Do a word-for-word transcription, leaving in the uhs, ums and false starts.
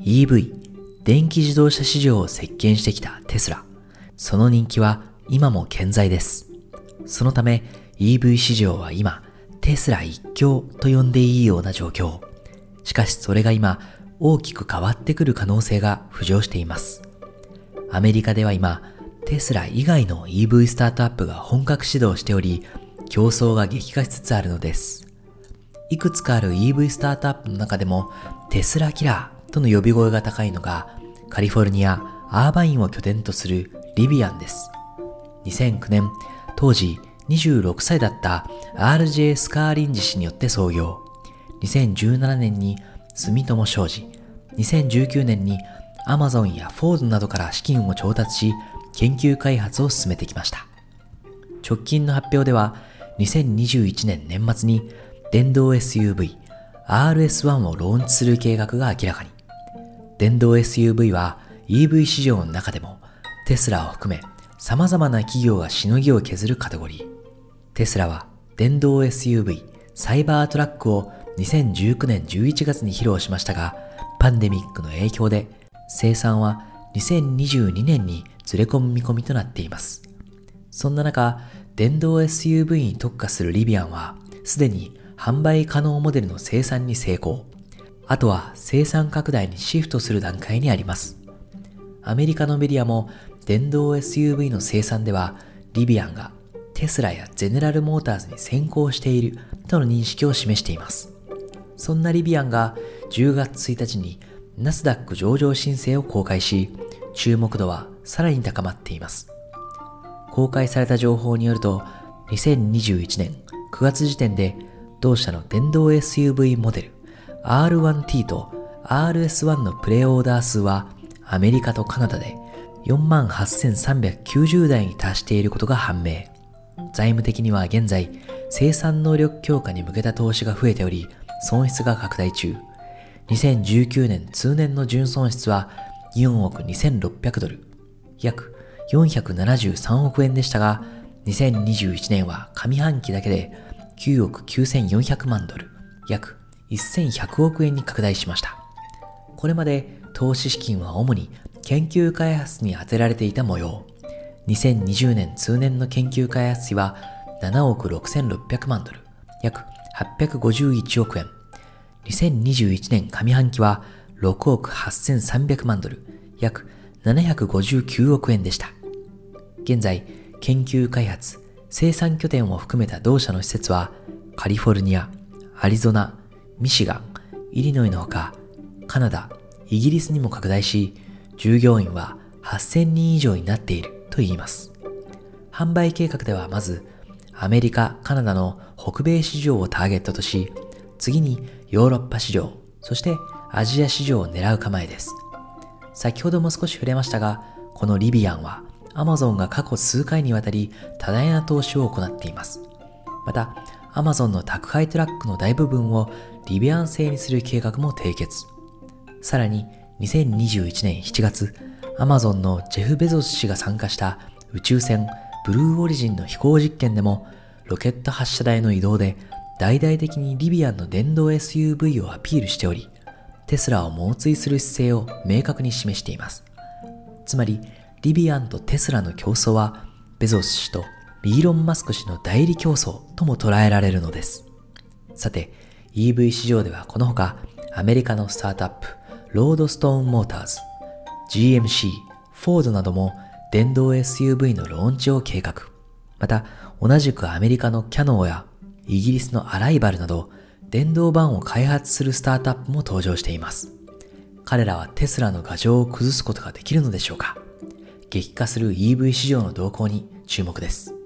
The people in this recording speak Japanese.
イーブイ、電気自動車市場を席巻してきたテスラ。その人気は今も健在です。そのため イーブイ 市場は今、テスラ一強と呼んでいいような状況。しかしそれが今、大きく変わってくる可能性が浮上しています。アメリカでは今、テスラ以外の イーブイ スタートアップが本格始動しており、競争が激化しつつあるのです。いくつかある イーブイ スタートアップの中でも、テスラキラーとの呼び声が高いのが、カリフォルニア・アーバインを拠点とするリビアンです。にせんきゅうねん、当時にじゅうろくさいだった アールジェー スカーリンジ氏によって創業。にせんじゅうななねんに住友商事、にせんじゅうきゅうねんにアマゾンやフォードなどから資金を調達し、研究開発を進めてきました。直近の発表では、にせんにじゅういちねん年末に電動 エスユーブイ、アールエスワン をローンチする計画が明らかに。電動 エスユーブイ は イーブイ 市場の中でもテスラを含め様々な企業がしのぎを削るカテゴリー。テスラは電動 エスユーブイ サイバートラックをにせんじゅうきゅうねんじゅういちがつに披露しましたが、パンデミックの影響で生産はにせんにじゅうにねんにずれ込む見込みとなっています。そんな中、電動 エスユーブイ に特化するリビアンはすでに販売可能モデルの生産に成功。あとは生産拡大にシフトする段階にあります。アメリカのメディアも電動 エスユーブイ の生産ではリビアンがテスラやゼネラルモーターズに先行しているとの認識を示しています。そんなリビアンがじゅうがつついたちにナスダック上場申請を公開し、注目度はさらに高まっています。公開された情報によると、にせんにじゅういちねんくがつ時点で同社の電動 エスユーブイ モデル アールワンティー と アールエスワン のプレオーダー数はアメリカとカナダで よんまんはっせんさんびゃくきゅうじゅうだいに達していることが判明。財務的には現在、生産能力強化に向けた投資が増えており、損失が拡大中。にせんじゅうきゅうねん通年の純損失はよんおくにせんろっぴゃくドル、約よんひゃくななじゅうさんおくえんでしたが、にせんにじゅういちねんは上半期だけできゅうおくきゅうせんよんひゃくまんドル、約せんひゃくおくえんに拡大しました。これまで投資資金は主に研究開発に充てられていた模様。にせんにじゅうねん通年の研究開発費はななおくろくせんろっぴゃくまんドル、約はっぴゃくごじゅういちおくえん。にせんにじゅういちねん上半期はろくおくはっせんさんびゃくまんドル、約ななひゃくごじゅうきゅうおくえんでした。現在、研究開発、生産拠点を含めた同社の施設はカリフォルニア、アリゾナ、ミシガン、イリノイのほか、カナダ、イギリスにも拡大し、従業員ははっせんにん以上になっているといいます。販売計画ではまず、アメリカ、カナダの北米市場をターゲットとし、次にヨーロッパ市場、そしてアジア市場を狙う構えです。先ほども少し触れましたが、このリビアンはアマゾンが過去数回にわたり多大な投資を行っています。また、アマゾンの宅配トラックの大部分をリビアン製にする計画も締結。さらににせんにじゅういちねんしちがつ、アマゾンのジェフ・ベゾス氏が参加した宇宙船ブルーオリジンの飛行実験でもロケット発射台の移動で大々的にリビアンの電動 エスユーブイ をアピールしており、テスラを猛追する姿勢を明確に示しています。つまり、リビアンとテスラの競争はベゾス氏とイーロン・マスク氏の代理競争とも捉えられるのです。さて、イーブイ 市場ではこのほか、アメリカのスタートアップ、ロードストーンモーターズ、ジーエムシー、フォードなども電動 エスユーブイ のローンチを計画。また、同じくアメリカのキャノーやイギリスのアライバルなど、電動バンを開発するスタートアップも登場しています。彼らはテスラの牙城を崩すことができるのでしょうか。激化する イーブイ 市場の動向に注目です。